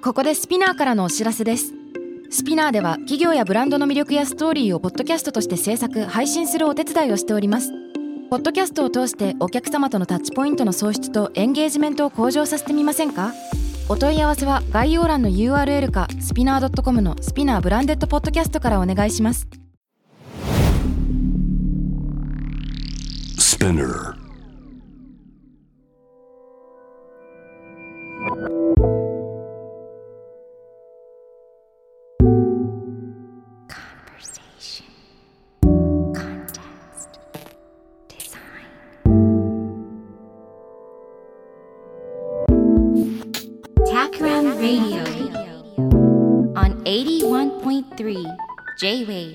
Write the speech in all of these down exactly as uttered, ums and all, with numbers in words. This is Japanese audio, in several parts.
ここでスピナーからのお知らせです。スピナーでは企業やブランドの魅力やストーリーをポッドキャストとして制作・配信するお手伝いをしております。ポッドキャストを通してお客様とのタッチポイントの創出とエンゲージメントを向上させてみませんか？お問い合わせは概要欄の ユーアールエル かスピナー ドットコム のスピナーブランデッドポッドキャストからお願いします。スピナー Radio on エイティワンポイントスリー J-Wave。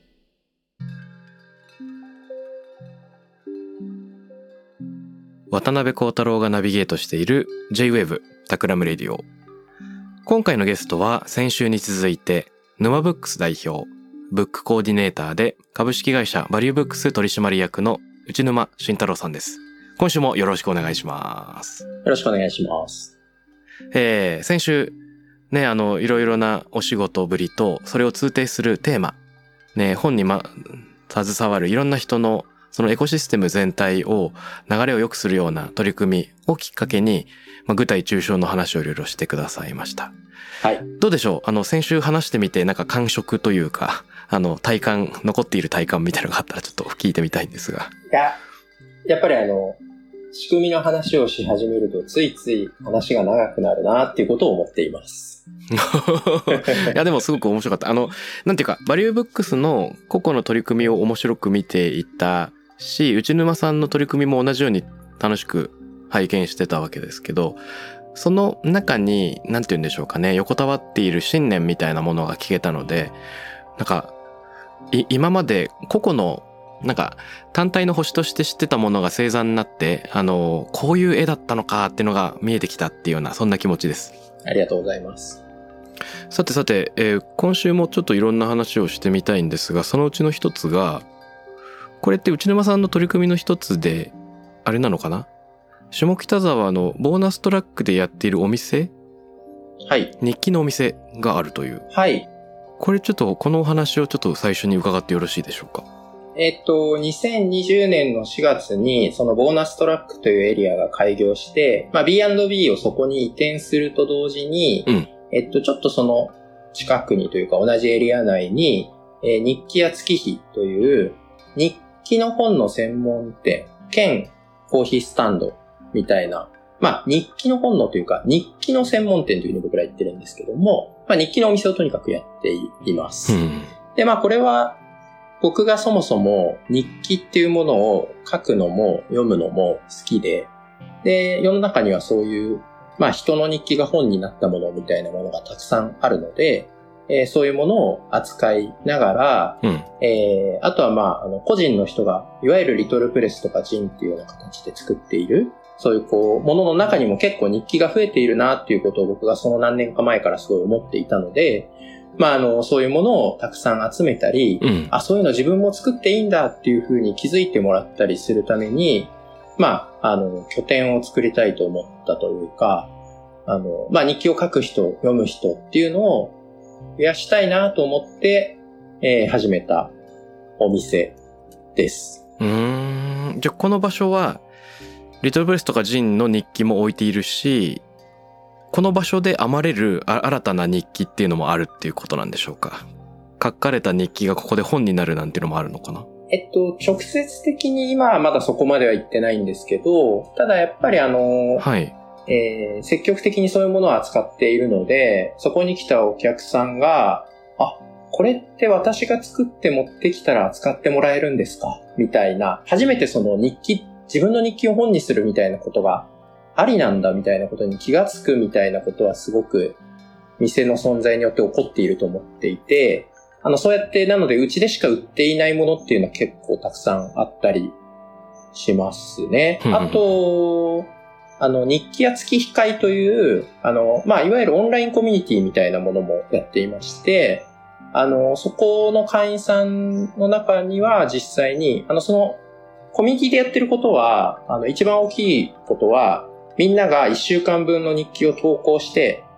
渡辺幸太郎がナビゲートしている J-Wave タクラムレディオ。今回のゲストは先週に続いて沼ブックス代表、ブックコーディネーターで株式会社バリューブックス取締役の内沼慎太郎さんです。今週もよろしくお願いします。 よろしくお願いします。 えー、先週ね、あのいろいろなお仕事ぶりとそれを通底するテーマ、ね、本にま携わるいろんな人のそのエコシステム全体を流れを良くするような取り組みをきっかけに、まあ、具体抽象の話をいろいろしてくださいました。 はい。 どうでしょう、あの先週話してみてなんか感触というか、あの体感、残っている体感みたいなのがあったらちょっと聞いてみたいんですが。 いや、やっぱりあの仕組みの話をし始めるとついつい話が長くなるなっていうことを思っています。 いやでもすごく面白かった。あのなんていうかバリューブックスの個々の取り組みを面白く見ていたし、内沼さんの取り組みも同じように楽しく拝見してたわけですけど、その中になんていうんでしょうかね、横たわっている信念みたいなものが聞けたので、なんかい今まで個々のなんか単体の星として知ってたものが星座になって、あのこういう絵だったのかっていうのが見えてきたっていうようなそんな気持ちです。 ありがとうございます。 さてさて、えー、今週もちょっといろんな話をしてみたいんですが、そのうちの一つが、これって内沼さんの取り組みの一つであれなのかな、下北沢のボーナストラックでやっているお店、 はい、 日記のお店があるという。 はい。 これちょっとこのお話をちょっと最初に伺ってよろしいでしょうか。 えっと、にせんにじゅうねんのしがつにそのボーナストラックというエリアが開業して、まあ ビーアンドビー をそこに移転すると同時に、うん、えっと、ちょっとその近くにというか同じエリア内に、えー、日記や月日という日記の本の専門店兼コーヒースタンドみたいな、まあ日記の本のというか日記の専門店というふうに僕ら言ってるんですけども、まあ日記のお店をとにかくやっています。うん、で、まあこれは僕がそもそも日記っていうものを書くのも読むのも好きで、で、世の中にはそういう、まあ人の日記が本になったものみたいなものがたくさんあるので、えー、そういうものを扱いながら、うん、えー、あとはまあ、あの個人の人が、いわゆるリトルプレスとかジンっていうような形で作っている、そういうこう、ものの中にも結構日記が増えているなっていうことを僕がその何年か前からすごい思っていたので、まあ、あの、そういうものをたくさん集めたり、うん、あ、そういうの自分も作っていいんだっていうふうに気づいてもらったりするために、まあ、あの、拠点を作りたいと思ったというか、あの、まあ、日記を書く人、読む人っていうのを増やしたいなと思って、えー、始めたお店です。 うーん。じゃあ、この場所は、リトルプレスとかジンの日記も置いているし、この場所で編まれる新たな日記っていうのもあるっていうことなんでしょうか。書かれた日記がここで本になるなんていうのもあるのかな。 えっと、直接的に今はまだそこまでは言ってないんですけど、ただやっぱりあの、はい、えー、積極的にそういうものを扱っているので、そこに来たお客さんが、あ、これって私が作って持ってきたら扱ってもらえるんですかみたいな、初めてその日記、自分の日記を本にするみたいなことがありなんだみたいなことに気がつくみたいなことはすごく店の存在によって起こっていると思っていて、あの、そうやってなのでうちでしか売っていないものっていうのは結構たくさんあったりしますね。あと、あの、日記や月日会という、あの、まあ、いわゆるオンラインコミュニティみたいなものもやっていまして、あの、そこの会員さんの中には実際に、あの、その、コミュニティでやってることは、あの、一番大きいことは、みんなが一週間分の日記を投稿して、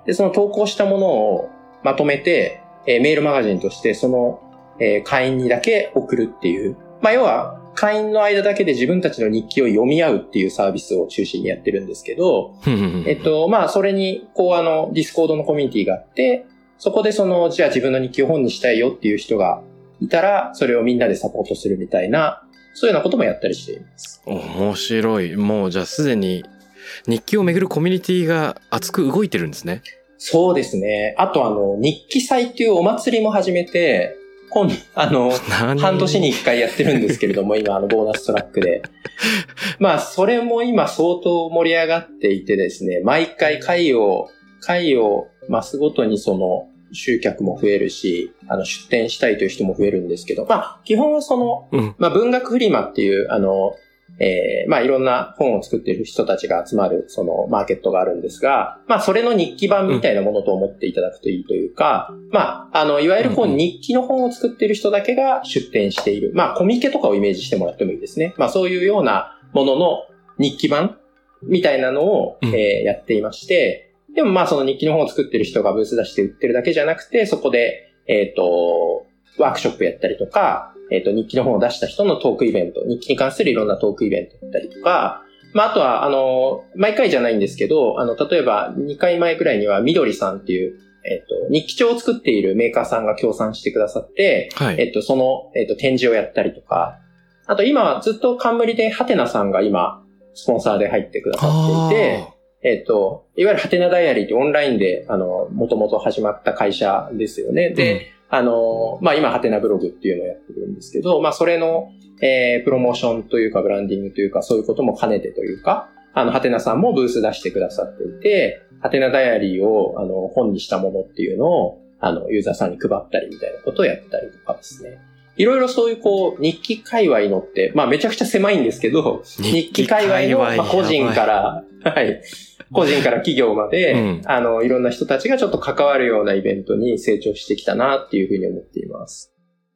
で、その投稿したものをまとめて、えー、メールマガジンとしてその、えー、会員にだけ送るっていう。まあ、要は、会員の間だけで自分たちの日記を読み合うっていうサービスを中心にやってるんですけど、えっと、まあ、それに、こう、あの、ディスコードのコミュニティがあって、そこでその、じゃあ自分の日記を本にしたいよっていう人がいたら、それをみんなでサポートするみたいな、そういうようなこともやったりしています。 面白い。もう、じゃあすでに、日記をめぐるコミュニティが熱く動いてるんですね。 そうですね。あと、あの、日記祭っていうお祭りも始めて、今あの、半年に一回やってるんですけれども、今、あの、ボーナストラックで。まあ、それも今相当盛り上がっていてですね、毎回回を、回を増すごとにその、集客も増えるし、あの、出展したいという人も増えるんですけど、まあ、基本はその、うん、まあ、文学フリマっていう、あの、えー、まあいろんな本を作っている人たちが集まるそのマーケットがあるんですが、まあそれの日記版みたいなものと思っていただくといいというか、うん、まああのいわゆるこう日記の本を作っている人だけが出展している、まあコミケとかをイメージしてもらってもいいですね。まあそういうようなものの日記版みたいなのを、うん、えー、やっていまして、でもまあその日記の本を作っている人がブース出して売ってるだけじゃなくて、そこでえっとワークショップやったりとか、えっと、日記の本を出した人のトークイベント、日記に関するいろんなトークイベントだったりとか、まあ、あとは、あの、毎回じゃないんですけど、あの、例えばにかいまえくらいには、みどりさんっていう、えっと、日記帳を作っているメーカーさんが協賛してくださって、はい、えっと、その、えっと、展示をやったりとか、あと今、ずっと冠で、ハテナさんが今、スポンサーで入ってくださっていて、えっと、いわゆるハテナダイアリーってオンラインで、あの、もともと始まった会社ですよね。で、うんあの、まあ、今、ハテナブログっていうのをやってるんですけど、まあ、それの、えー、プロモーションというか、ブランディングというか、そういうことも兼ねてというか、あの、ハテナさんもブース出してくださっていて、ハテナダイアリーを、あの、本にしたものっていうのを、あの、ユーザーさんに配ったりみたいなことをやったりとかですね。いろいろそういう、こう、日記界隈のって、まあ、めちゃくちゃ狭いんですけど、日記界隈の、まあ、個人から、はい。個人から企業まで、うん、あの、いろんな人たちがちょっと関わるようなイベントに成長してきたなっていうふうに思っています。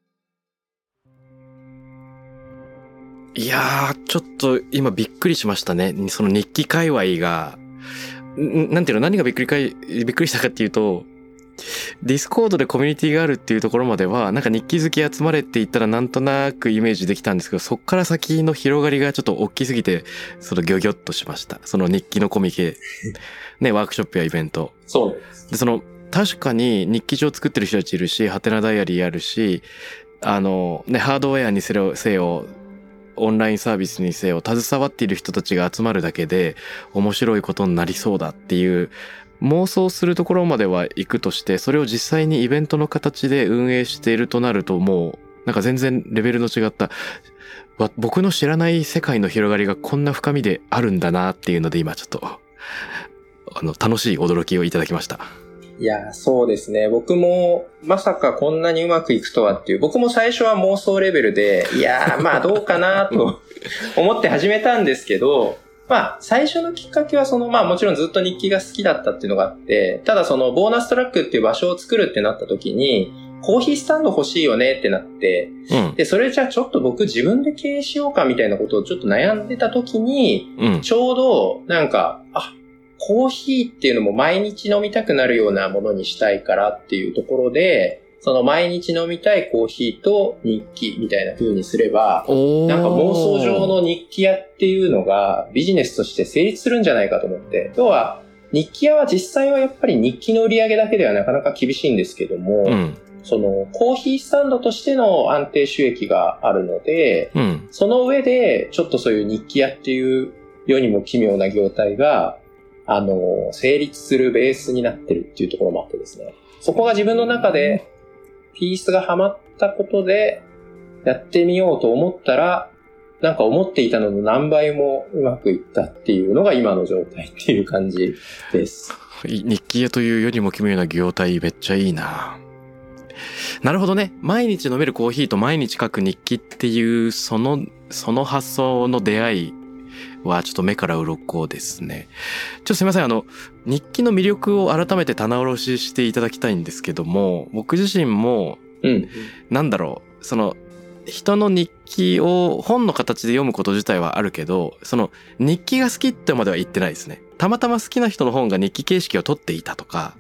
いやー、ちょっと今びっくりしましたね。その日記界隈が、なんていうの、何がびっくりかい、びっくりしたかっていうと、ディスコードでコミュニティがあるっていうところまでは、なんか日記好き集まれって言ったらなんとなくイメージできたんですけど、そっから先の広がりがちょっと大きすぎて、そのギョギョッとしました。その日記のコミケ、ね、ワークショップやイベント。 そうです。 で、その、確かに日記帳作ってる人たちいるし、ハテナダイアリーあるし、あの、ね、ハードウェアにせよ、せよ、オンラインサービスにせよ、携わっている人たちが集まるだけで、面白いことになりそうだっていう、妄想するところまでは行くとして、それを実際にイベントの形で運営しているとなると、もうなんか全然レベルの違った僕の知らない世界の広がりがこんな深みであるんだなっていうので、今ちょっとあの楽しい驚きをいただきました。 いや、そうですね。僕もまさかこんなにうまくいくとはっていう、僕も最初は妄想レベルで、いやまあどうかなと思って始めたんですけど、まあ、最初のきっかけはその、まあもちろんずっと日記が好きだったっていうのがあって、ただそのボーナストラックっていう場所を作るってなった時に、コーヒースタンド欲しいよねってなって、うん、で、それじゃあちょっと僕自分で経営しようかみたいなことをちょっと悩んでた時に、うん、ちょうどなんか、あ、コーヒーっていうのも毎日飲みたくなるようなものにしたいからっていうところで、その毎日飲みたいコーヒーと日記みたいな風にすれば、なんか妄想上の日記屋っていうのがビジネスとして成立するんじゃないかと思って、要は日記屋は実際はやっぱり日記の売り上げだけではなかなか厳しいんですけども、うん、そのコーヒースタンドとしての安定収益があるので、うん、その上でちょっとそういう日記屋っていう世にも奇妙な業態が、あの、成立するベースになってるっていうところもあってですね、そこが自分の中でピースがはまったことでやってみようと思ったら、なんか思っていたのの何倍もうまくいったっていうのが今の状態っていう感じです。 日記屋というよりも奇妙な業態、めっちゃいいな。なるほどね。毎日飲めるコーヒーと毎日書く日記っていうそのその発想の出会いはちょっと目から鱗ですね。ちょっとすいません、あの日記の魅力を改めて棚卸ししていただきたいんですけども、僕自身も、うん、なんだろう、その人の日記を本の形で読むこと自体はあるけど、その日記が好きってまでは言ってないですね。たまたま好きな人の本が日記形式を取っていたとか、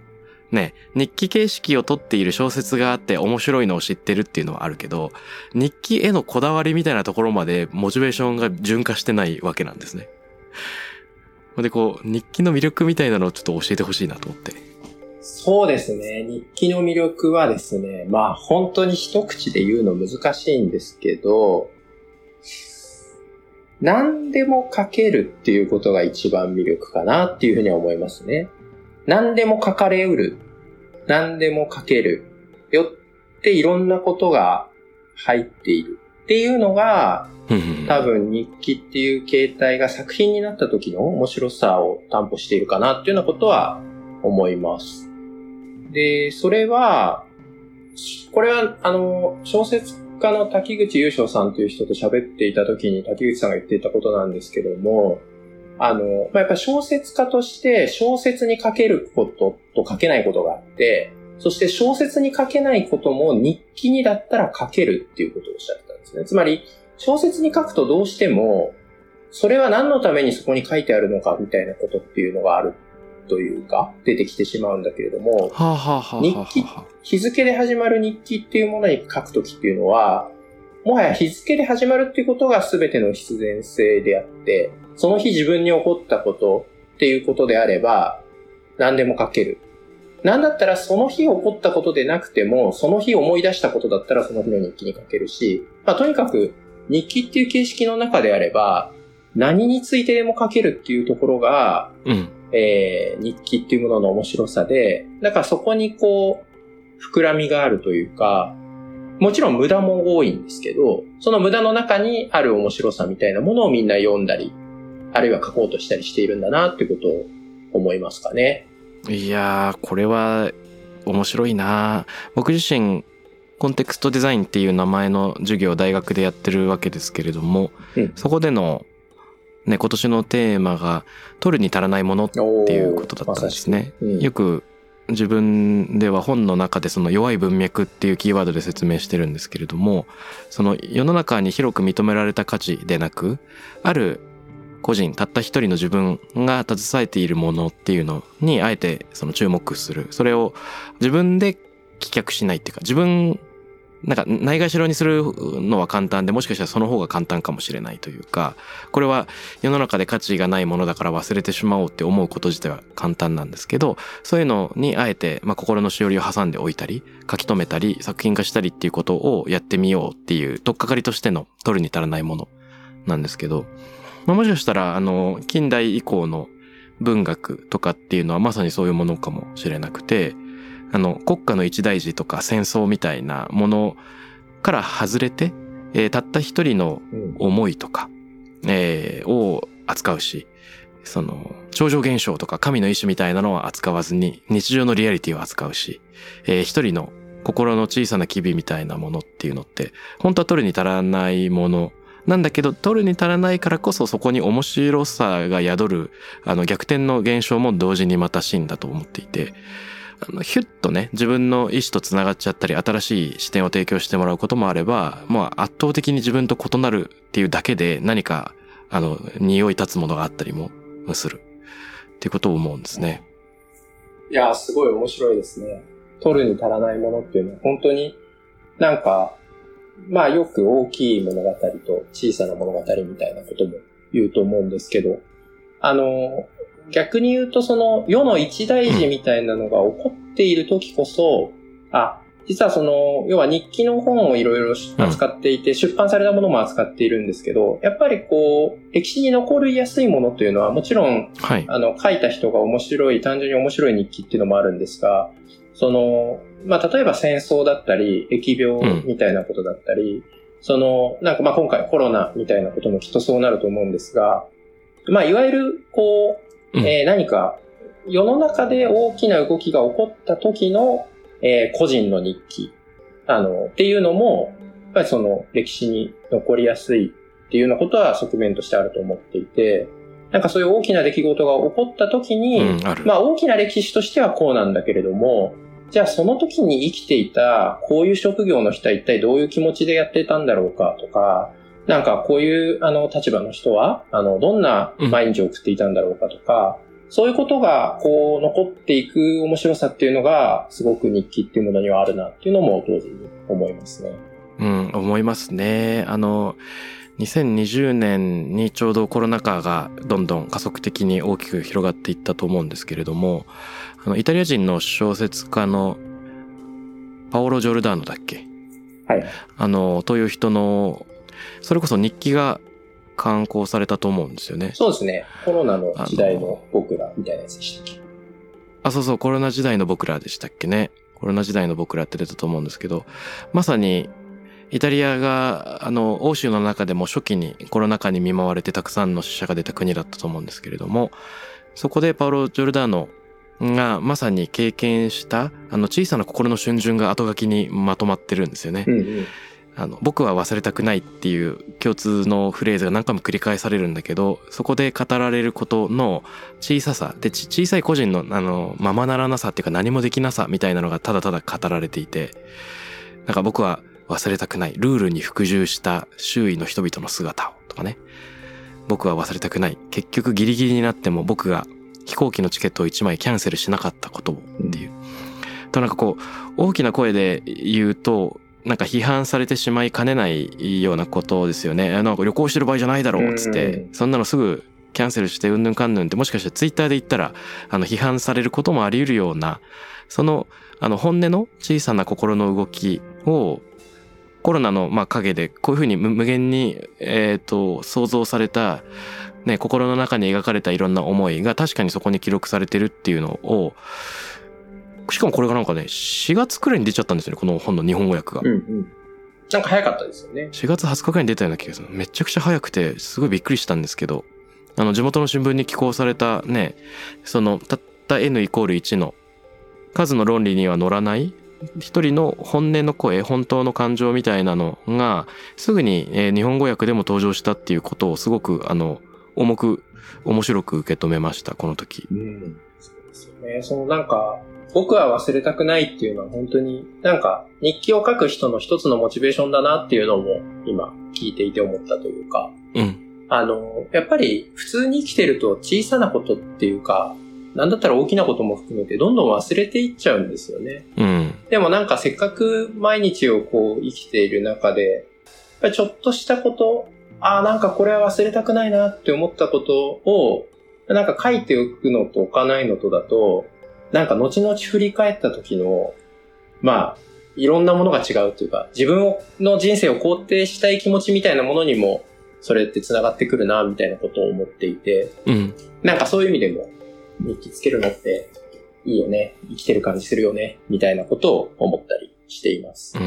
ね、日記形式をとっている小説があって面白いのを知ってるっていうのはあるけど、日記へのこだわりみたいなところまでモチベーションが順化してないわけなんですね。で、こう、日記の魅力みたいなのをちょっと教えてほしいなと思って。 そうですね。日記の魅力はですね、まあ本当に一口で言うの難しいんですけど、何でも書けるっていうことが一番魅力かなっていうふうには思いますね。何でも書かれうる。何でも書ける。よっていろんなことが入っているっていうのが、多分日記っていう形態が作品になった時の面白さを担保しているかなっていうようなことは思います。で、それは、これはあの、小説家の滝口優勝さんという人と喋っていた時に滝口さんが言っていたことなんですけども、あの、まあ、やっぱり小説家として小説に書けることと書けないことがあって、そして小説に書けないことも日記にだったら書けるっていうことをおっしゃってたんですね。つまり、小説に書くとどうしても、それは何のためにそこに書いてあるのかみたいなことっていうのがあるというか、出てきてしまうんだけれども、日記、日付で始まる日記っていうものに書くときっていうのは、もはや日付で始まるっていうことが全ての必然性であって、その日自分に起こったことっていうことであれば、何でも書ける。なんだったらその日起こったことでなくても、その日思い出したことだったらその日の日記に書けるし、まあとにかく日記っていう形式の中であれば、何についてでも書けるっていうところが、うんえー、日記っていうものの面白さで、だからそこにこう、膨らみがあるというか、もちろん無駄も多いんですけど、その無駄の中にある面白さみたいなものをみんな読んだり、あるいは書こうとしたりしているんだなっていうことを思いますかね。 いやー、これは面白いな。僕自身、コンテクストデザインっていう名前の授業を大学でやってるわけですけれども、うん、そこでのね、今年のテーマが取るに足らないものっていうことだったんですね。うん、よく自分では本の中でその弱い文脈っていうキーワードで説明してるんですけれども、その世の中に広く認められた価値でなく、ある個人たった一人の自分が携えているものっていうのにあえてその注目する。それを自分で棄却しないっていうか、自分なんかないがしろにするのは簡単で、もしかしたらその方が簡単かもしれないというか、これは世の中で価値がないものだから忘れてしまおうって思うこと自体は簡単なんですけど、そういうのにあえてまあ心のしおりを挟んでおいたり、書き留めたり作品化したりっていうことをやってみようっていう取っかかりとしての取るに足らないものなんですけど、まあ、もしかしたらあの近代以降の文学とかっていうのはまさにそういうものかもしれなくて、あの国家の一大事とか戦争みたいなものから外れて、えー、たった一人の思いとか、うんえー、を扱うし、その超常現象とか神の意志みたいなのは扱わずに日常のリアリティを扱うし、えー、一人の心の小さな機微みたいなものっていうのって本当は取るに足らないものなんだけど、取るに足らないからこそそこに面白さが宿るあの逆転の現象も同時にまた真だと思っていて、あのヒュッとね自分の意思とつながっちゃったり新しい視点を提供してもらうこともあれば、まあ圧倒的に自分と異なるっていうだけで何かあの匂い立つものがあったりもするっていうことを思うんですね。 いやすごい面白いですね。取るに足らないものっていうのは本当になんかまあよく大きい物語と小さな物語みたいなことも言うと思うんですけど、あの逆に言うとその世の一大事みたいなのが起こっている時こそ、あ、実はその要は日記の本をいろいろ扱っていて、出版されたものも扱っているんですけど、やっぱりこう歴史に残りやすいものというのはもちろん、はい、あの書いた人が面白い単純に面白い日記っていうのもあるんですが、そのまあ例えば戦争だったり疫病みたいなことだったり、うん、そのなんかまあ今回コロナみたいなこともきっとそうなると思うんですが、まあいわゆるこうえー、何か世の中で大きな動きが起こった時の、えー、個人の日記あのっていうのもやっぱりその歴史に残りやすいっていうようなことは側面としてあると思っていて、なんかそういう大きな出来事が起こった時に、うん、まあ大きな歴史としてはこうなんだけれども、じゃあその時に生きていたこういう職業の人は一体どういう気持ちでやっていたんだろうかとか、なんかこういうあの立場の人はあのどんな毎日を送っていたんだろうかとか、うん、 そういうことがこう残っていく面白さっていうのがすごく日記っていうものにはあるなっていうのも同時に思いますね。 うん、思いますね。あの、にせんにじゅうねんにちょうどコロナ禍がどんどん加速的に大きく広がっていったと思うんですけれども、あのイタリア人の小説家のパオロ・ジョルダーノだっけ？ はい。 あの、という人の、それこそ日記が刊行されたと思うんですよね。 そうですね。コロナの時代の僕らみたいなやつでしたっけ？ あ、そうそう、コロナ時代の僕らでしたっけね。コロナ時代の僕らって出たと思うんですけど、まさにイタリアが、あの、欧州の中でも初期にコロナ禍に見舞われてたくさんの死者が出た国だったと思うんですけれども、そこでパオロ・ジョルダーノがまさに経験したあの小さな心の逡巡が後書きにまとまってるんですよね。 うんうん、 あの僕は忘れたくないっていう共通のフレーズが何回も繰り返されるんだけど、そこで語られることの小ささで、小さい個人のあのままならなさっていうか何もできなさみたいなのがただただ語られていて、なんか僕は忘れたくない、ルールに服従した周囲の人々の姿をとかね、僕は忘れたくない、結局ギリギリになっても僕が飛行機のチケットをいちまいキャンセルしなかったことをっていう、となんかこう大きな声で言うとなんか批判されてしまいかねないようなことですよね。なんか旅行してる場合じゃないだろうっつって、そんなのすぐキャンセルしてうんぬんかんぬんって、もしかしてツイッターで言ったらあの批判されることもあり得るような、そのあの本音の小さな心の動きをコロナのまあ陰でこういうふうに無限にえっと想像されたね、心の中に描かれたいろんな思いが確かにそこに記録されてるっていうのを、しかもこれがなんかねしがつくらいに出ちゃったんですよね、この本の日本語訳が。 うんうん、なんか早かったですよね。 しがつはつかくらいに出たような気がする。めちゃくちゃ早くてすごいびっくりしたんですけど、あの地元の新聞に寄稿されたね、そのたった N イコールいちの数の論理には乗らない一人の本音の声、本当の感情みたいなのがすぐに、えー、日本語訳でも登場したっていうことをすごくあの重く面白く受け止めました、この時。 うん、そうですよね。そのなんか僕は忘れたくないっていうのは本当になんか日記を書く人の一つのモチベーションだなっていうのも今聞いていて思ったというか、 うん、 あのやっぱり普通に生きてると小さなことっていうか、なんだったら大きなことも含めてどんどん忘れていっちゃうんですよね。 うん、でもなんかせっかく毎日をこう生きている中で、やっぱりちょっとしたこと、ああなんかこれは忘れたくないなって思ったことをなんか書いておくのと置かないのとだと、なんか後々振り返った時のまあいろんなものが違うというか、自分の人生を肯定したい気持ちみたいなものにもそれって繋がってくるなみたいなことを思っていて、 うん、 なんかそういう意味でも日記つけるのっていいよね、生きてる感じするよねみたいなことを思ったりしています。 うん、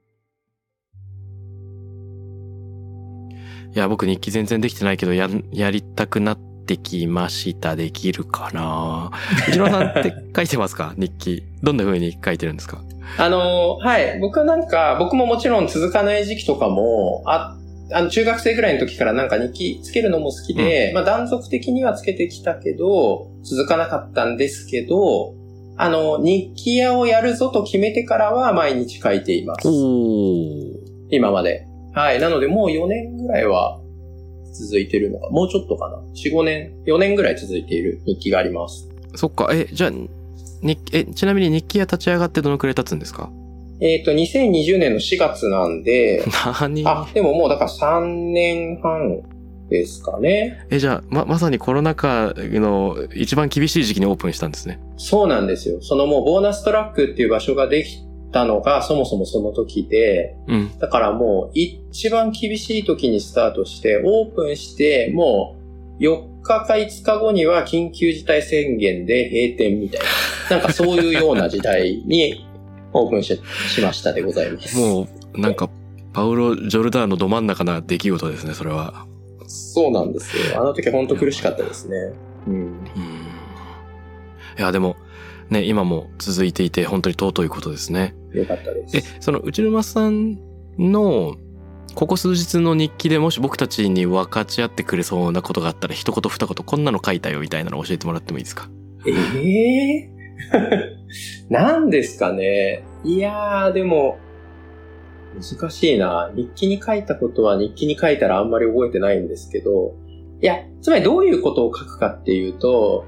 いや僕日記全然できてないけど や, やりたくなってきました。できるかな。内野さんって書いてますか？日記どんな風に書いてるんですか？ あのはい僕はなんか僕ももちろん続かない時期とかもああの中学生ぐらいの時からなんか日記つけるのも好きで、うん、まあ断続的にはつけてきたけど続かなかったんですけど、あの日記屋をやるぞと決めてからは毎日書いています。 おー、 今まで。はい。なのでもうよねんぐらいは続いてるのか、もうちょっとかな。よん、ごねん、よねんぐらい続いている日記があります。 そっか。え、じゃあ、にえ、ちなみに日記屋立ち上がってどのくらい経つんですか？ えっと、にせんにじゅうねんのしがつなんで、 何？ あ、でももうだからさんねんはんですかね。 え、じゃあ、ま、まさにコロナ禍の一番厳しい時期にオープンしたんですね。 そうなんですよ。そのもうボーナストラックっていう場所ができたのがそもそもその時で、 うん、 だからもう一番厳しい時にスタートして、オープンしてもうよっかかいつかごには緊急事態宣言で閉店みたいな、なんかそういうような時代にオープン し, しましたでございます。 もうなんかパウロ・ジョルダーのど真ん中な出来事ですね、それは。 そうなんですよ。あの時は本当苦しかったですね。うん。うん、 いやでもね、今も続いていて本当に尊いことですね。 よかったです。 え、その内沼さんのここ数日の日記でもし僕たちに分かち合ってくれそうなことがあったら一言二言こんなの書いたよみたいなの教えてもらってもいいですか？ ええー何ですかね。いやーでも難しいな。日記に書いたことは日記に書いたらあんまり覚えてないんですけど、いやつまりどういうことを書くかっていうと、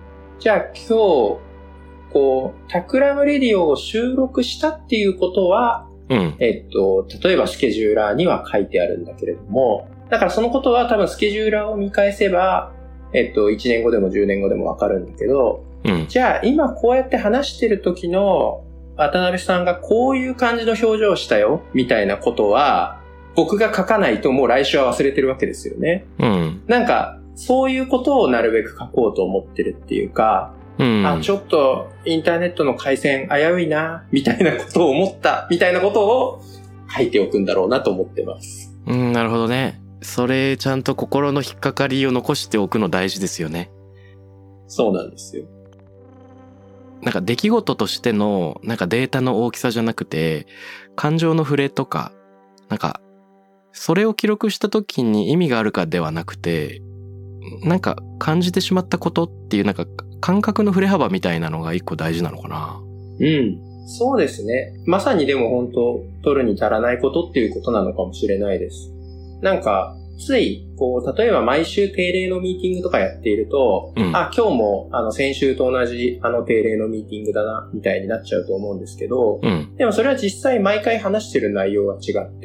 じゃあ今日、こう、タクラムレディオを収録したっていうことは、 うん、 えっと、例えばスケジューラーには書いてあるんだけれども、だからそのことは多分スケジューラーを見返せば、えっと、いちねんごでもじゅうねんごでもわかるんだけど、 うん、 じゃあ今こうやって話してる時の渡辺さんがこういう感じの表情をしたよ、みたいなことは、僕が書かないともう来週は忘れてるわけですよね。 うん。 なんか、そういうことをなるべく書こうと思ってるっていうか、 うん、 あ、ちょっとインターネットの回線危ういな、みたいなことを思った、みたいなことを書いておくんだろうなと思ってます。 うん、なるほどね。それちゃんと心の引っかかりを残しておくの大事ですよね。 そうなんですよ。 なんか出来事としてのなんかデータの大きさじゃなくて、感情の触れとか、なんかそれを記録した時に意味があるかではなくて、なんか感じてしまったことっていうなんか感覚の振れ幅みたいなのが一個大事なのかな。 うん。そうですね。まさにでも本当、取るに足らないことっていうことなのかもしれないです。なんか、つい、こう、例えば毎週定例のミーティングとかやっていると、うん、あ、今日も、あの、先週と同じ、あの定例のミーティングだな、みたいになっちゃうと思うんですけど、 うん、 でもそれは実際毎回話してる内容が違って、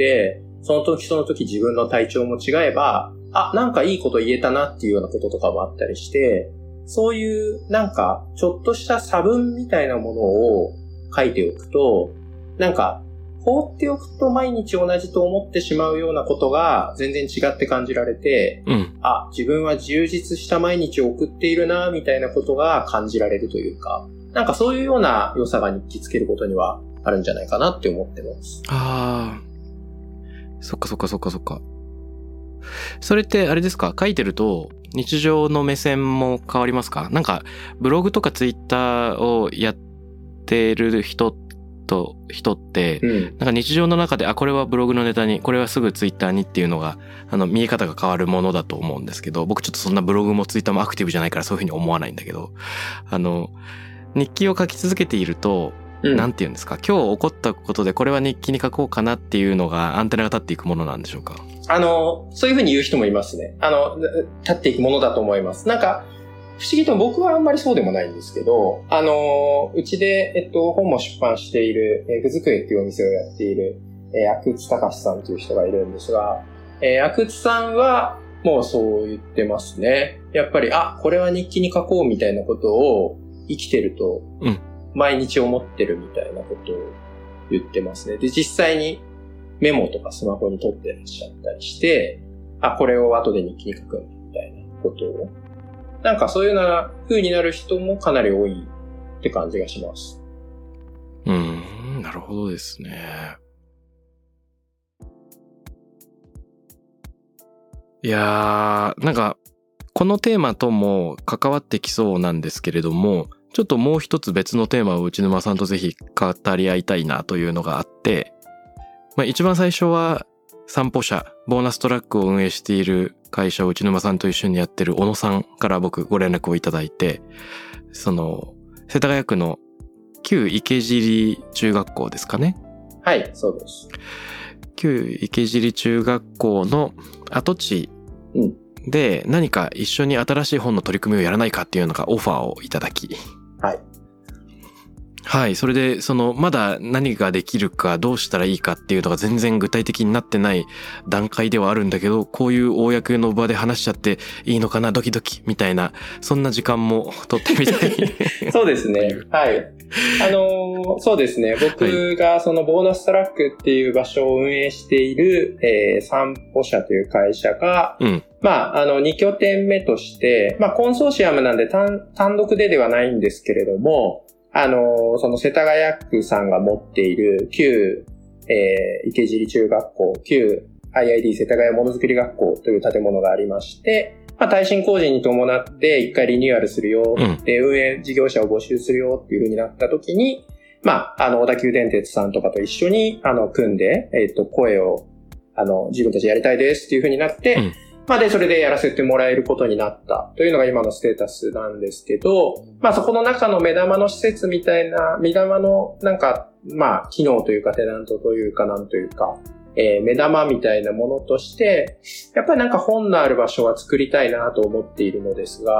その時その時自分の体調も違えば、あ、なんかいいこと言えたなっていうようなこととかもあったりして、そういうなんかちょっとした差分みたいなものを書いておくと、なんか放っておくと毎日同じと思ってしまうようなことが全然違って感じられて、 うん、 あ、自分は充実した毎日を送っているなみたいなことが感じられるというか、なんかそういうような良さが日記つけることにはあるんじゃないかなって思ってます。 ああ、そっかそっかそっかそっか。それってあれですか、書いてると日常の目線も変わりますか？なんかブログとかツイッターをやってる人と人って、 うん、 なんか日常の中で、あ、これはブログのネタに、これはすぐツイッターにっていうのが、あの見え方が変わるものだと思うんですけど、僕ちょっとそんなブログもツイッターもアクティブじゃないからそういうふうに思わないんだけど、あの日記を書き続けていると、うん、なんていうんですか、今日起こったことでこれは日記に書こうかなっていうのがアンテナが立っていくものなんでしょうか？ あの、そういうふうに言う人もいますね。あの、立っていくものだと思います。なんか、不思議と僕はあんまりそうでもないんですけど、あの、うちで、えっと、本も出版している、えー、ふずくえっていうお店をやっている、えー、阿久津隆さんという人がいるんですが、えー、阿久津さんは、もうそう言ってますね。やっぱり、あ、これは日記に書こうみたいなことを生きてると、毎日思ってるみたいなことを言ってますね。で、実際にメモとかスマホに撮ってらっしゃったりして、あ、これを後で日記に書くみたいなことを。なんかそういうような風になる人もかなり多いって感じがします。 うーん、なるほどですね。いやー、なんかこのテーマとも関わってきそうなんですけれども、ちょっともう一つ別のテーマを内沼さんとぜひ語り合いたいなというのがあって、まあ、一番最初は散歩車ボーナストラックを運営している会社を内沼さんと一緒にやってる小野さんから僕ご連絡をいただいて、その世田谷区の旧池尻中学校ですかね。 はい、そうです。 旧池尻中学校の跡地で何か一緒に新しい本の取り組みをやらないかっていうのがオファーをいただき、 はいはい、それでそのまだ何ができるかどうしたらいいかっていうのが全然具体的になってない段階ではあるんだけど、こういう公の場で話しちゃっていいのかな、ドキドキみたいな、そんな時間も取ってみたいそうですね。はい。あのー、そうですね。僕がそのボーナストラックっていう場所を運営している、えー、散歩社という会社が、 うん、 まあ、あの、に拠点目として、まあ、コンソーシアムなんで単、単独でではないんですけれども、あの、その世田谷区さんが持っている旧、えー、池尻中学校、旧 アイアイディー 世田谷ものづくり学校という建物がありまして、まあ、耐震工事に伴って一回リニューアルするよ、うん、で、運営事業者を募集するよっていう風になった時に、まあ、あの、小田急電鉄さんとかと一緒に、あの、組んで、えっと、声を、あの、自分たちやりたいですっていう風になって、うんまあで、それでやらせてもらえることになったというのが今のステータスなんですけど、まあそこの中の目玉の施設みたいな、目玉のなんか、まあ機能というかテナントというかなんというか、えー、目玉みたいなものとして、やっぱりなんか本のある場所は作りたいなと思っているのですが、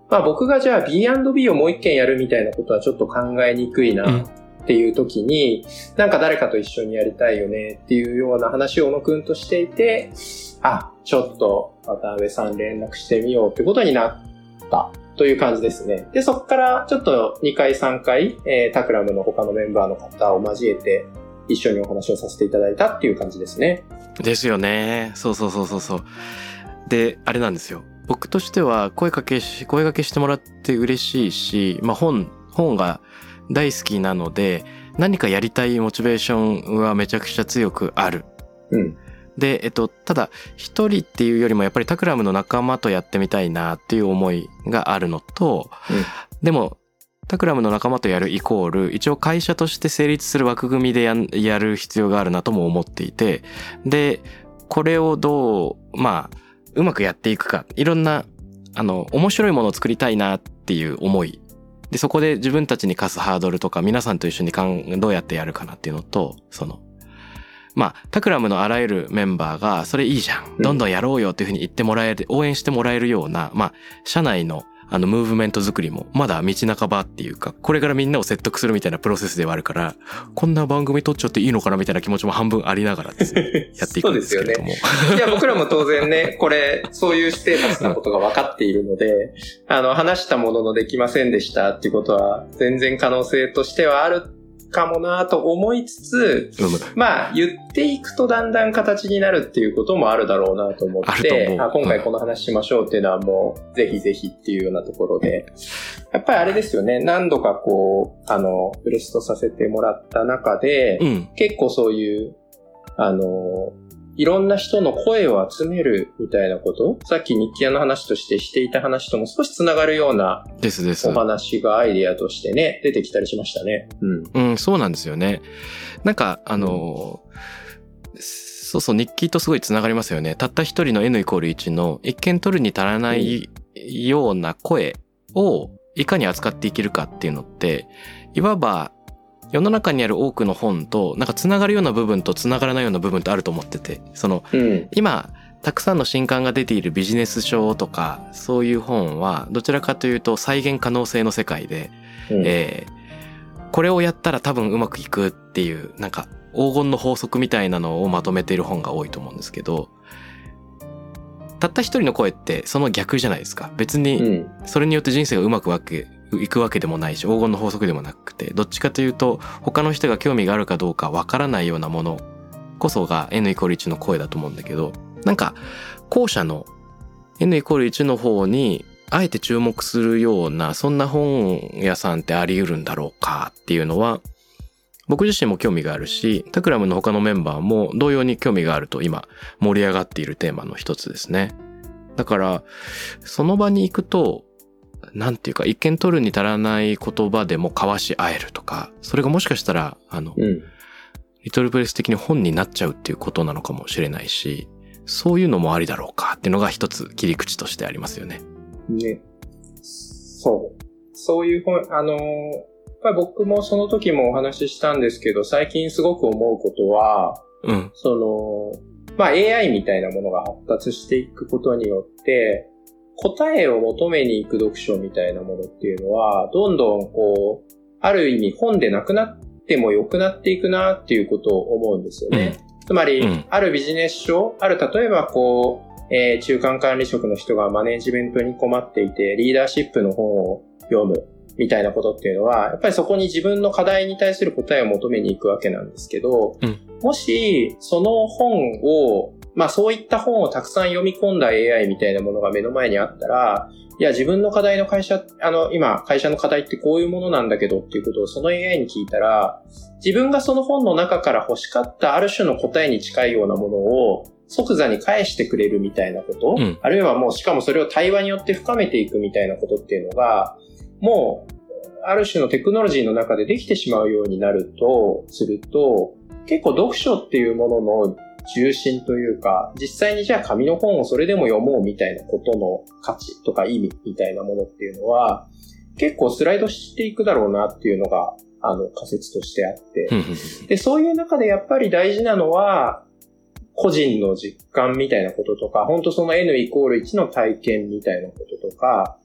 まあ僕がじゃあ ビーアンドビー をもう一件やるみたいなことはちょっと考えにくいなっていう時に、うん、なんか誰かと一緒にやりたいよねっていうような話を小野くんとしていて、あ、ちょっと渡辺さん連絡してみようってことになったという感じですね。で、そこからちょっとにかいさんかい、えー、タクラムの他のメンバーの方を交えて一緒にお話をさせていただいたっていう感じですね。 ですよね。そうそうそうそうそう。で、あれなんですよ。僕としては声かけし、声かけしてもらって嬉しいし、まあ本、本が大好きなので、何かやりたいモチベーションはめちゃくちゃ強くある。 うん。 で、えっと、ただ、一人っていうよりもやっぱりタクラムの仲間とやってみたいなっていう思いがあるのと、うん、でも、タクラムの仲間とやるイコール、一応会社として成立する枠組みで や, やる必要があるなとも思っていて、で、これをどう、まあ、うまくやっていくか、いろんな、あの、面白いものを作りたいなっていう思い。で、そこで自分たちに課すハードルとか、皆さんと一緒にかんどうやってやるかなっていうのと、その、まあ、タクラムのあらゆるメンバーが、それいいじゃん。どんどんやろうよっていうふうに言ってもらえる、応援してもらえるような、まあ、社内の、あの、ムーブメント作りも、まだ道半ばっていうか、これからみんなを説得するみたいなプロセスではあるから、こんな番組撮っちゃっていいのかなみたいな気持ちも半分ありながらですね、やっていくんですけれども。そうですよね。 いや、僕らも当然ね、これ、そういうステータスなことが分かっているので、あの、話したもののできませんでしたっていうことは、全然可能性としてはあるかもなと思いつつ、うん、まあ言っていくとだんだん形になるっていうこともあるだろうなと思って、あ、今回この話しましょうっていうのはもうぜひぜひっていうようなところで、やっぱりあれですよね、何度かこうあのブレストさせてもらった中で、うん、結構そういうあのいろんな人の声を集めるみたいなこと、さっき日記屋の話としてしていた話とも少しつながるようなお話がアイデアとしてね、出てきたりしましたね。 うん。うん、そうなんですよね。なんか、あの、うん、そうそう、日記とすごいつながりますよね。たった一人の N イコールいちの一見取るに足らないような声をいかに扱っていけるかっていうのって、いわば、世の中にある多くの本となんかつながるような部分とつながらないような部分ってあると思ってて、その、うん、今たくさんの新刊が出ているビジネス書とかそういう本はどちらかというと再現可能性の世界で、うん、えー、これをやったら多分うまくいくっていうなんか黄金の法則みたいなのをまとめている本が多いと思うんですけど、たった一人の声ってその逆じゃないですか。別にそれによって人生がうまくわけいくわけでもないし、黄金の法則でもなくて、どっちかというと他の人が興味があるかどうかわからないようなものこそが N イコールいちの声だと思うんだけど、なんか後者の N イコールいちの方にあえて注目するようなそんな本屋さんってあり得るんだろうかっていうのは僕自身も興味があるし、タクラムの他のメンバーも同様に興味があると今盛り上がっているテーマの一つですね。だからその場に行くとなんていうか一見取るに足らない言葉でも交わし合えるとか、それがもしかしたらあの、うん、リトルプレス的に本になっちゃうっていうことなのかもしれないし、そういうのもありだろうかっていうのが一つ切り口としてありますよね。 ね、そう、そういう本、あのやっぱり僕もその時もお話ししたんですけど、最近すごく思うことは、うん、そのまあ エーアイ みたいなものが発達していくことによって。答えを求めに行く読書みたいなものっていうのは、どんどんこう、ある意味本でなくなっても良くなっていくなっていうことを思うんですよね。うん、つまり、うん、あるビジネス書、ある例えばこう、えー、中間管理職の人がマネジメントに困っていて、リーダーシップの本を読むみたいなことっていうのは、やっぱりそこに自分の課題に対する答えを求めに行くわけなんですけど、うん、もし、その本をまあそういった本をたくさん読み込んだ エーアイ みたいなものが目の前にあったら、いや自分の課題の会社、あの今会社の課題ってこういうものなんだけどっていうことをその エーアイ に聞いたら、自分がその本の中から欲しかったある種の答えに近いようなものを即座に返してくれるみたいなこと、うん、あるいはもうしかもそれを対話によって深めていくみたいなことっていうのが、もうある種のテクノロジーの中でできてしまうようになるとすると、結構読書っていうものの重心というか、実際にじゃあ紙の本をそれでも読もうみたいなことの価値とか意味みたいなものっていうのは結構スライドしていくだろうなっていうのがあの仮説としてあって、でそういう中でやっぱり大事なのは個人の実感みたいなこととか、本当その N イコールいちの体験みたいなこととか、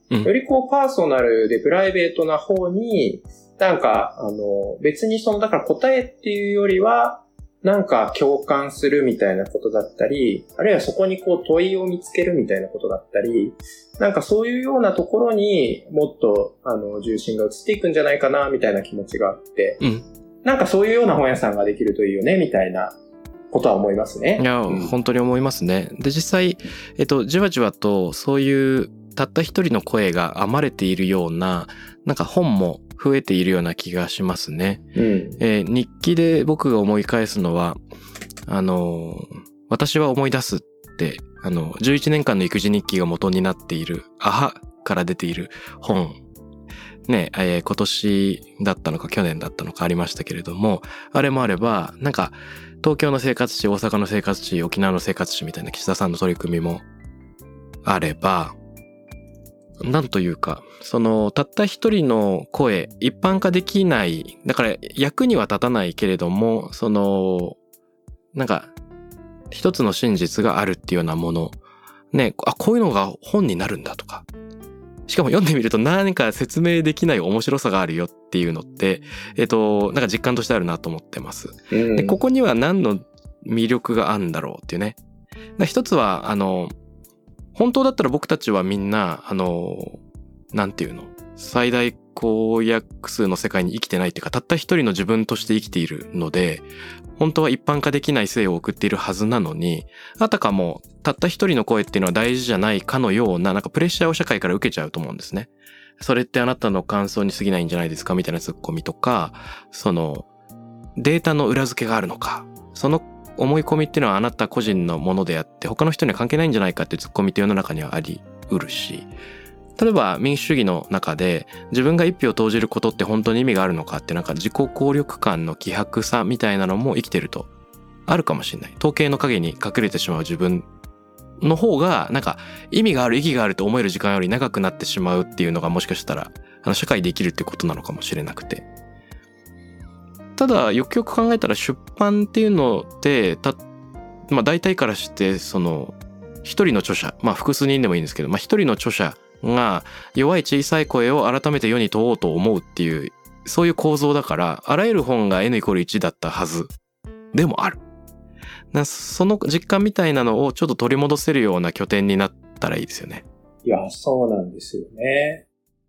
うん、 よりこうパーソナルでプライベートな方に、なんか、あの、別にその、だから答えっていうよりは、なんか共感するみたいなことだったり、あるいはそこにこう問いを見つけるみたいなことだったり、なんかそういうようなところにもっと、あの、重心が移っていくんじゃないかな、みたいな気持ちがあって、 うん、 なんかそういうような本屋さんができるといいよね、みたいなことは思いますね。 いや、うん、本当に思いますね。で、実際、えっと、じわじわとそういうたった一人の声が編まれているような、なんか本も増えているような気がしますね。 うんえー、日記で僕が思い返すのは、あの、私は思い出すって、あの、じゅういちねんかんの育児日記が元になっている、アハから出ている本、ね、えー、今年だったのか去年だったのかありましたけれども、あれもあれば、なんか、東京の生活史、大阪の生活史、沖縄の生活史みたいな岸田さんの取り組みもあれば、なんというか、その、たった一人の声、一般化できない、だから役には立たないけれども、その、なんか、一つの真実があるっていうようなもの、ね、あ、こういうのが本になるんだとか、しかも読んでみると何か説明できない面白さがあるよっていうのって、えっと、なんか実感としてあるなと思ってます。 うん、 で、ここには何の魅力があるんだろうっていうね。一つは、あの、本当だったら僕たちはみんな、あの、なんていうの、最大公約数の世界に生きてないっていうか、たった一人の自分として生きているので、本当は一般化できない生を送っているはずなのに、あたかもたった一人の声っていうのは大事じゃないかのような、なんかプレッシャーを社会から受けちゃうと思うんですね。それってあなたの感想に過ぎないんじゃないですかみたいなツッコミとか、その、データの裏付けがあるのか、その思い込みっていうのはあなた個人のものであって他の人には関係ないんじゃないかっていうツッコミって世の中にはあり得るし、例えば民主主義の中で自分が一票を投じることって本当に意味があるのかって、なんか自己効力感の希薄さみたいなのも生きてるとあるかもしれない。統計の陰に隠れてしまう自分の方がなんか意味がある意義があると思える時間より長くなってしまうっていうのがもしかしたらあの社会で生きるってことなのかもしれなくて、ただよくよく考えたら出版っていうのってた、まあ、大体からしてその一人の著者、まあ複数人でもいいんですけど、まあ、一人の著者が弱い小さい声を改めて世に問おうと思うっていうそういう構造だから、あらゆる本が N イコールいちだったはずでもある。その実感みたいなのをちょっと取り戻せるような拠点になったらいいですよね。 いや、そうなんですよね。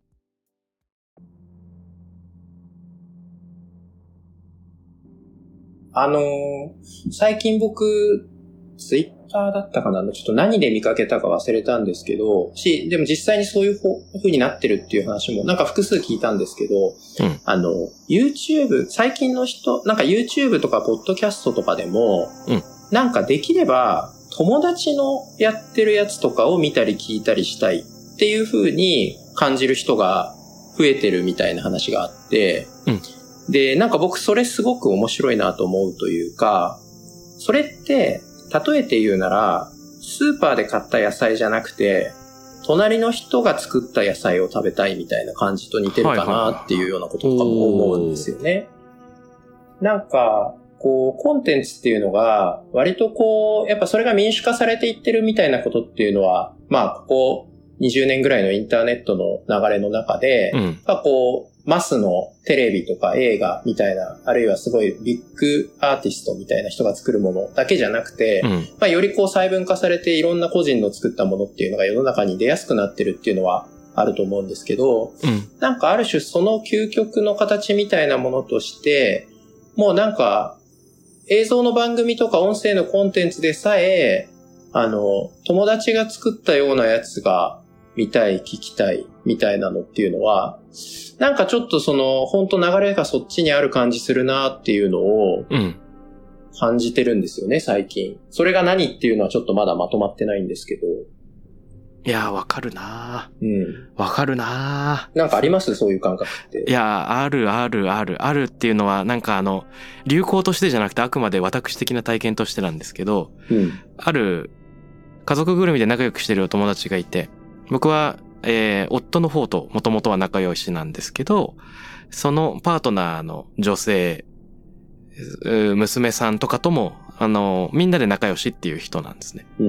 あのー、最近僕、ツイッターだったかな、ちょっと何で見かけたか忘れたんですけど、し、でも実際にそういう風になってるっていう話もなんか複数聞いたんですけど、 うん、 あの、YouTube、最近の人、なんか YouTube とかポッドキャストとかでも、 うん、 なんかできれば友達のやってるやつとかを見たり聞いたりしたいっていう風に感じる人が増えてるみたいな話があって、 うんで、なんか僕それすごく面白いなと思うというか、それって例えて言うならスーパーで買った野菜じゃなくて隣の人が作った野菜を食べたいみたいな感じと似てるかなっていうようなこととかも思うんですよね。なんかこうコンテンツっていうのが割とこうやっぱそれが民主化されていってるみたいなことっていうのは、まあここにじゅうねんぐらいのインターネットの流れの中で、 うん、 まあこうマスのテレビとか映画みたいな、あるいはすごいビッグアーティストみたいな人が作るものだけじゃなくて、 うん、 まあよりこう細分化されていろんな個人の作ったものっていうのが世の中に出やすくなってるっていうのはあると思うんですけど、 うん、 なんかある種その究極の形みたいなものとして、もうなんか映像の番組とか音声のコンテンツでさえ、あの、友達が作ったようなやつが見たい、聞きたいみたいなのっていうのは、なんかちょっとその本当流れがそっちにある感じするなっていうのを感じてるんですよね、うん、最近。それが何っていうのはちょっとまだまとまってないんですけど。 いやー、わかるなー。 うん。 わかるなー。なんかあります？そういう感覚って。 いや、あるあるある。あるっていうのは、なんかあの、流行としてじゃなくてあくまで私的な体験としてなんですけど、 うん、 ある家族ぐるみで仲良くしてるお友達がいて、僕は、えー、夫の方ともともとは仲良しなんですけど、そのパートナーの女性、娘さんとかとも、あの、みんなで仲良しっていう人なんですね。 うん、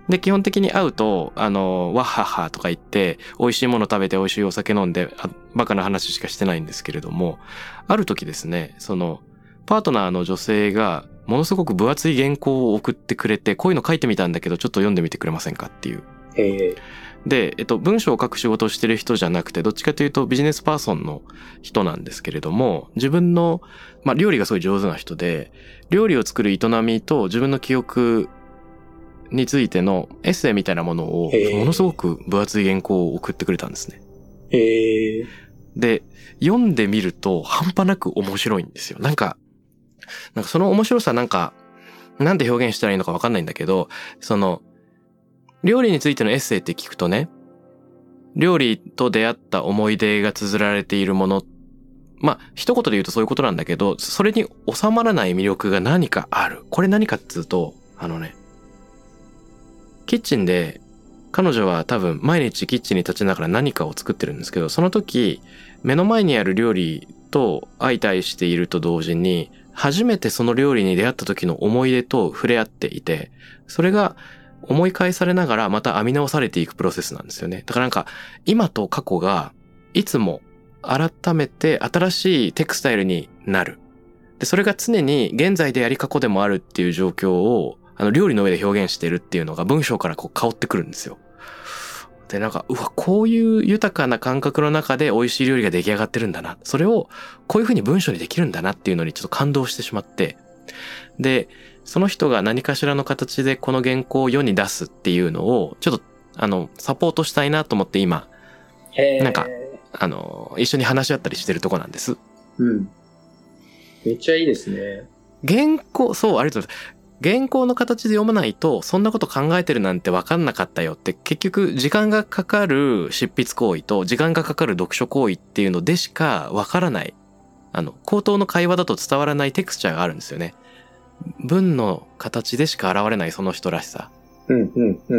で、基本的に会うと、あの、わっはっはとか言って、美味しいもの食べて美味しいお酒飲んで、あバカな話しかしてないんですけれども、ある時ですね、その、パートナーの女性が、ものすごく分厚い原稿を送ってくれて、こういうの書いてみたんだけど、ちょっと読んでみてくれませんかっていう。 へー。 で、えっと、文章を書く仕事をしてる人じゃなくて、どっちかというとビジネスパーソンの人なんですけれども、自分の、まあ、料理がすごい上手な人で、料理を作る営みと自分の記憶についてのエッセイみたいなものを、ものすごく分厚い原稿を送ってくれたんですね。 へー。 で、読んでみると半端なく面白いんですよ。なんか、なんかその面白さなんか、なんで表現したらいいのかわかんないんだけど、その、料理についてのエッセイって聞くとね、料理と出会った思い出が綴られているもの、まあ、一言で言うとそういうことなんだけど、それに収まらない魅力が何かある。これ何かっつうと、あのね、キッチンで彼女は多分毎日キッチンに立ちながら何かを作ってるんですけど、その時目の前にある料理と相対していると同時に初めてその料理に出会った時の思い出と触れ合っていて、それが思い返されながらまた編み直されていくプロセスなんですよね。だからなんか今と過去がいつも改めて新しいテクスタイルになる。で、それが常に現在であり過去でもあるっていう状況をあの料理の上で表現してるっていうのが文章からこう香ってくるんですよ。で、なんか、うわ、こういう豊かな感覚の中で美味しい料理が出来上がってるんだな。それをこういう風に文章にできるんだなっていうのにちょっと感動してしまって。で、その人が何かしらの形でこの原稿を世に出すっていうのをちょっとあのサポートしたいなと思って今、なんか、あの、一緒に話し合ったりしてるとこなんです。 うん。めっちゃいいですね。 原稿、そう、ありがとうございます。原稿の形で読まないとそんなこと考えてるなんて分かんなかったよって、結局時間がかかる執筆行為と時間がかかる読書行為っていうのでしか分からない、あの口頭の会話だと伝わらないテクスチャーがあるんですよね。文の形でしか現れないその人らしさ。 うんうんうん。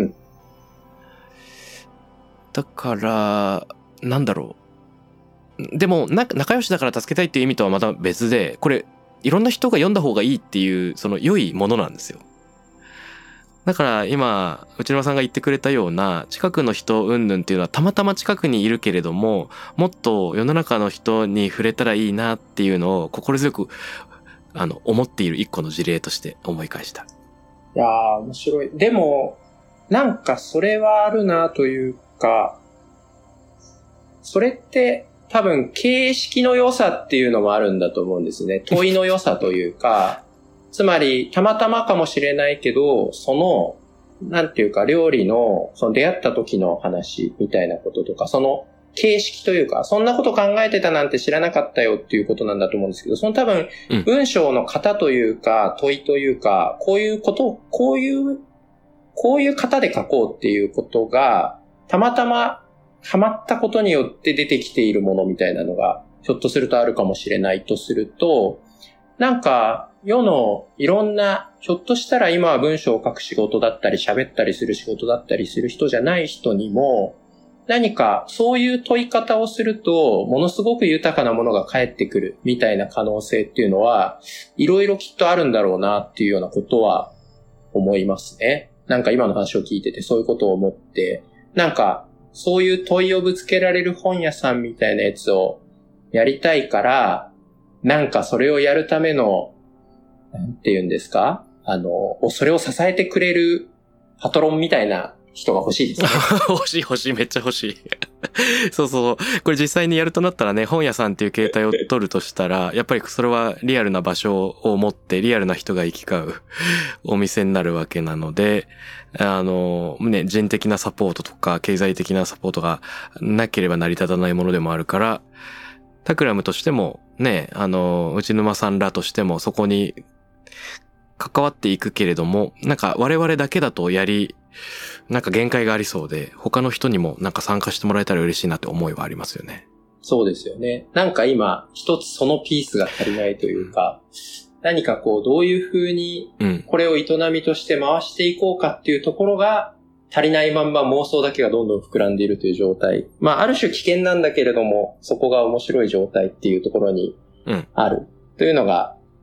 だからなんだろう。でもな仲良しだから助けたいっていう意味とはまた別で、これいろんな人が読んだ方がいいっていうその良いものなんですよ。だから今内沼さんが言ってくれたような近くの人云々っていうのはたまたま近くにいるけれども、もっと世の中の人に触れたらいいなっていうのを心強くあの思っている一個の事例として思い返した。 いやー面白い。でもなんかそれはあるなというか、それって多分形式の良さっていうのもあるんだと思うんですね。問いの良さというか、つまりたまたまかもしれないけど、そのなんていうか料理のその出会った時の話みたいなこととか、その形式というか、そんなこと考えてたなんて知らなかったよっていうことなんだと思うんですけど、その多分文章の型というか問いというか、こういうこと、こういうこういう型で書こうっていうことがたまたまハマったことによって出てきているものみたいなのがひょっとするとあるかもしれないとすると、なんか世のいろんな、ひょっとしたら今は文章を書く仕事だったり喋ったりする仕事だったりする人じゃない人にも、何かそういう問い方をするとものすごく豊かなものが返ってくるみたいな可能性っていうのはいろいろきっとあるんだろうなっていうようなことは思いますね。なんか今の話を聞いててそういうことを思って、なんかそういう問いをぶつけられる本屋さんみたいなやつをやりたいから、なんかそれをやるための、なんて言うんですか？あの、それを支えてくれるパトロンみたいな人が欲しいですね。 欲しい欲しい、めっちゃ欲しい。そうそう。これ実際にやるとなったらね、本屋さんっていう形態を取るとしたら、やっぱりそれはリアルな場所を持ってリアルな人が行き交うお店になるわけなので、あの、ね、人的なサポートとか経済的なサポートがなければ成り立たないものでもあるから、タクラムとしてもね、あの、内沼さんらとしてもそこに関わっていくけれども、なんか我々だけだとやり、なんか限界がありそうで、他の人にもなんか参加してもらえたら嬉しいなって思いはありますよね。 そうですよね。なんか今一つそのピースが足りないというか、うん、何かこうどういう風にこれを営みとして回していこうかっていうところが足りないまんま妄想だけがどんどん膨らんでいるという状態。まあある種危険なんだけれども、そこが面白い状態っていうところにある、うん、というのが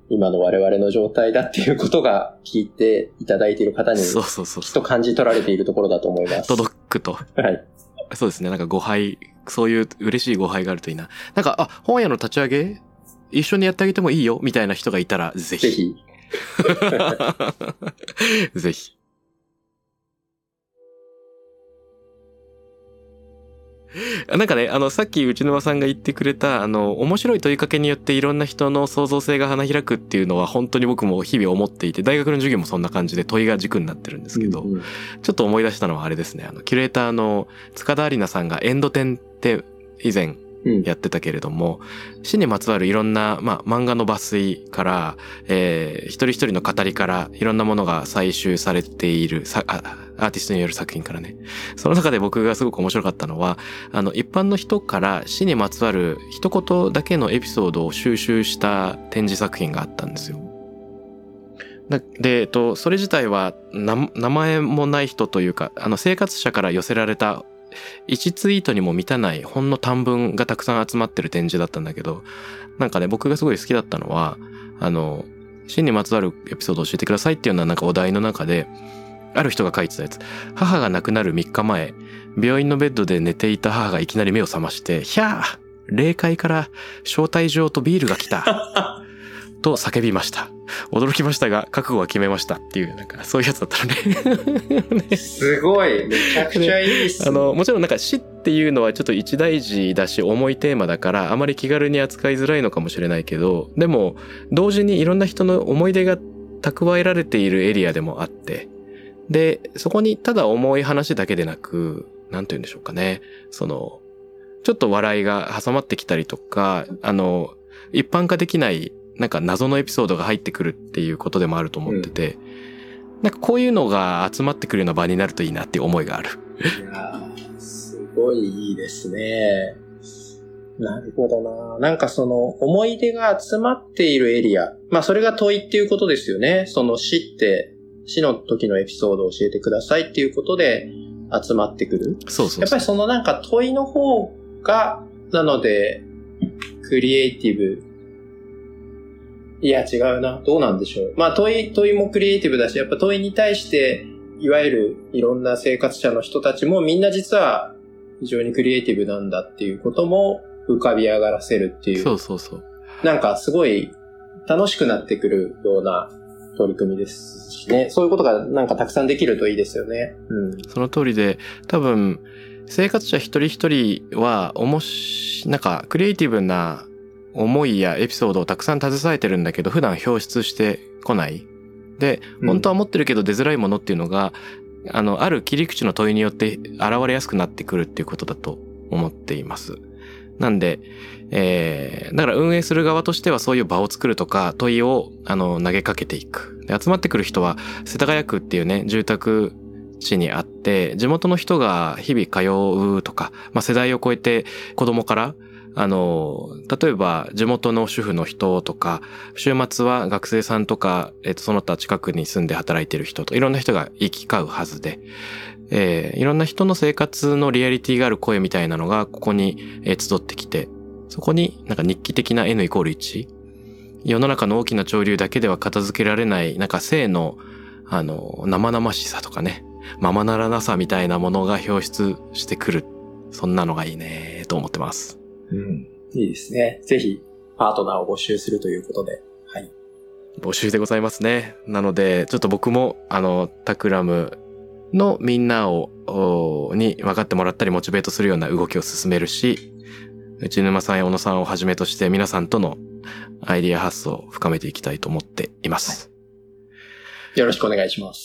今の我々の状態だっていうことが聞いていただいている方に、 そうそうそう。 きっと感じ取られているところだと思います。 届くと。 はい。 そうですね。なんか誤配、そういう嬉しい誤配があるといいな。なんか、あ、本屋の立ち上げ一緒にやってあげてもいいよみたいな人がいたら、ぜひ。 ぜひ。 ぜひ。なんかね、あの、さっき内沼さんが言ってくれた、あの、面白い問いかけによっていろんな人の創造性が花開くっていうのは本当に僕も日々思っていて、大学の授業もそんな感じで問いが軸になってるんですけど、うんうん、ちょっと思い出したのはあれですね、あの、キュレーターの塚田有奈さんがエンド展って以前やってたけれども、うん、死にまつわるいろんな、まあ、漫画の抜粋から、えー、一人一人の語りからいろんなものが採集されている、さあアーティストによる作品からね。その中で僕がすごく面白かったのは、あの、一般の人から死にまつわる一言だけのエピソードを収集した展示作品があったんですよ。で、えっと、それ自体は名前もない人というか、あの、生活者から寄せられたいちツイートにも満たないほんの短文がたくさん集まってる展示だったんだけど、なんかね、僕がすごい好きだったのは、あの、死にまつわるエピソードを教えてくださいっていうようななんかお題の中で、ある人が書いてたやつ。母が亡くなるみっかまえ、病院のベッドで寝ていた母がいきなり目を覚まして、ひゃー霊界から招待状とビールが来たと叫びました。驚きましたが、覚悟は決めましたっていう、なんかそういうやつだったのね。ねすごい、めちゃくちゃいいっすね。 あの、もちろんなんか死っていうのはちょっと一大事だし、重いテーマだから、あまり気軽に扱いづらいのかもしれないけど、でも、同時にいろんな人の思い出が蓄えられているエリアでもあって、で、そこにただ重い話だけでなく、なんて言うんでしょうかね。その、ちょっと笑いが挟まってきたりとか、あの、一般化できない、なんか謎のエピソードが入ってくるっていうことでもあると思ってて、うん、なんかこういうのが集まってくるような場になるといいなっていう思いがある。 いやー、すごいいいですね。なるほどな。なんかその思い出が集まっているエリア。まあそれが問いっていうことですよね。その死って、死の時のエピソードを教えてくださいっていうことで集まってくる。 そうそうそう。 やっぱりそのなんか問いの方が、なので、クリエイティブ。いや違うな。どうなんでしょう。まあ問い、問いもクリエイティブだし、やっぱ問いに対して、いわゆるいろんな生活者の人たちもみんな実は非常にクリエイティブなんだっていうことも浮かび上がらせるっていう。 そうそうそう。 なんかすごい楽しくなってくるような取り組みですしね。そういうことがなんかたくさんできるといいですよね。うん。 その通りで、多分、生活者一人一人は、おもし、なんか、クリエイティブな思いやエピソードをたくさん携えてるんだけど、普段表出してこない。で、本当は持ってるけど出づらいものっていうのが、うん、あの、ある切り口の問いによって現れやすくなってくるっていうことだと思っています。なんで、えー、だから運営する側としてはそういう場を作るとか問いをあの投げかけていく。で、集まってくる人は世田谷区っていうね、住宅地にあって、地元の人が日々通うとか、まあ世代を超えて子供から、あの、例えば地元の主婦の人とか、週末は学生さんとか、えっと、その他近くに住んで働いてる人と、いろんな人が行き交うはずで、えー、いろんな人の生活のリアリティがある声みたいなのがここに、えー、集ってきて、そこになんか日記的な N イコールいち、世の中の大きな潮流だけでは片付けられない、なんか性の、あの、生々しさとかね、ままならなさみたいなものが表出してくる。そんなのがいいねと思ってます。 うん。いいですね。ぜひ、パートナーを募集するということで。はい。 募集でございますね。なので、ちょっと僕も、あの、タクラムのみんなを、に分かってもらったりモチベートするような動きを進めるし、内沼さんや小野さんをはじめとして皆さんとのアイディア発想を深めていきたいと思っています。 はい、よろしくお願いします。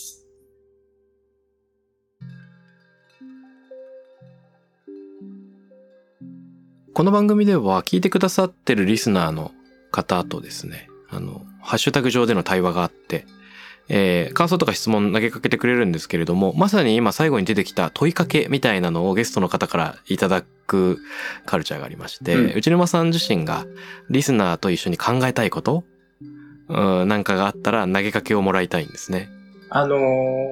この番組では聞いてくださってるリスナーの方とですね、あの、ハッシュタグ上での対話があって、えー、感想とか質問投げかけてくれるんですけれども、まさに今最後に出てきた問いかけみたいなのをゲストの方からいただくカルチャーがありまして、うん、内沼さん自身がリスナーと一緒に考えたいこと、うん、なんかがあったら投げかけをもらいたいんですね。 あのー、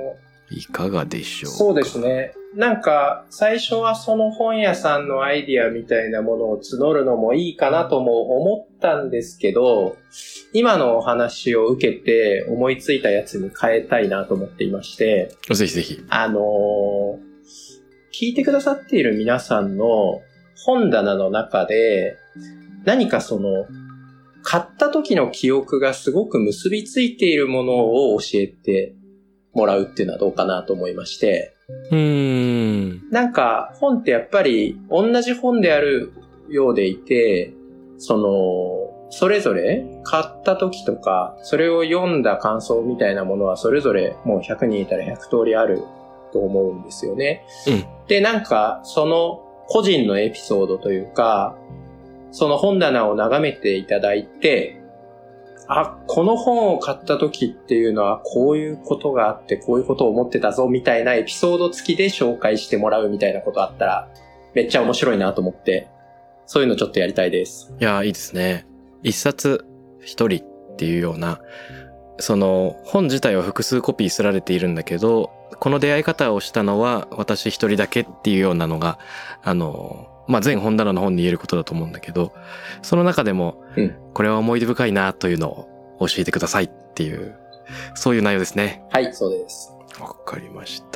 いかがでしょうか。 そうですね。なんか、最初はその本屋さんのアイディアみたいなものを募るのもいいかなとも思ったんですけど、今のお話を受けて思いついたやつに変えたいなと思っていまして。 ぜひぜひ。 あのー、聞いてくださっている皆さんの本棚の中で、何かその、買った時の記憶がすごく結びついているものを教えてもらうっていうのはどうかなと思いまして。 うーん。 なんか本ってやっぱり同じ本であるようでいて、その、それぞれ買った時とか、それを読んだ感想みたいなものはそれぞれもうひゃくにんいたらひゃく通りあると思うんですよね。 うん。 で、なんかその個人のエピソードというか、その本棚を眺めていただいて、あ、この本を買った時っていうのはこういうことがあってこういうことを思ってたぞみたいなエピソード付きで紹介してもらうみたいなことあったらめっちゃ面白いなと思って、そういうのちょっとやりたいです。 いや、いいですね。一冊一人っていうような、その本自体は複数コピーすられているんだけど、この出会い方をしたのは私一人だけっていうようなのが、あの、まあ、全本棚の本に言えることだと思うんだけど、その中でも、うん、これは思い出深いなというのを教えてくださいっていう、そういう内容ですね。 はい、そうです。 わかりました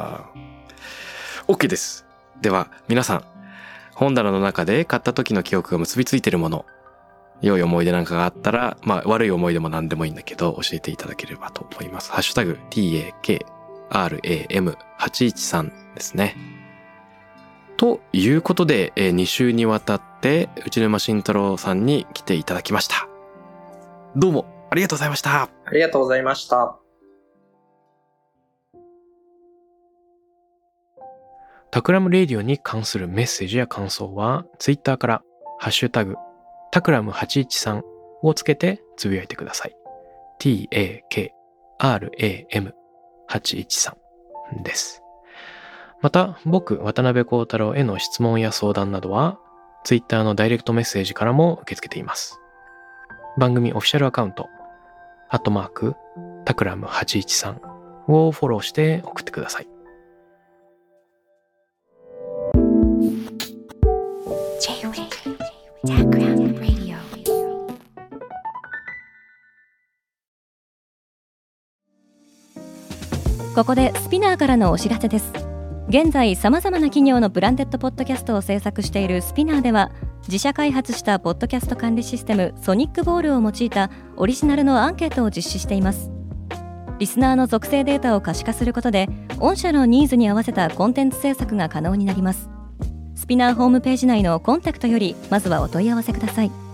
。OK です。では、皆さん、本棚の中で買った時の記憶が結びついているもの、良い思い出なんかがあったら、まあ、悪い思い出も何でもいいんだけど、教えていただければと思います。ハッシュタグ ティーエーケーアールエーエムはちいちさん ですね。ということで、えー、に週にわたって内沼慎太郎さんに来ていただきました。どうもありがとうございました。 ありがとうございました。 タクラムレディオに関するメッセージや感想はツイッターからハッシュタグタクラムはちいちさんをつけてつぶやいてください。 ティーエーケーアールエーエムはちいちさん です。また、僕、渡辺幸太郎への質問や相談などは、ツイッターのダイレクトメッセージからも受け付けています。番組オフィシャルアカウント、アットマーク、タクラムはちいちさんをフォローして送ってください。 ここでスピナーからのお知らせです。現在さまざまな企業のブランデッドポッドキャストを制作しているスピナーでは、自社開発したポッドキャスト管理システムソニックボールを用いたオリジナルのアンケートを実施しています。リスナーの属性データを可視化することで、御社のニーズに合わせたコンテンツ制作が可能になります。スピナーホームページ内のコンタクトよりまずはお問い合わせください。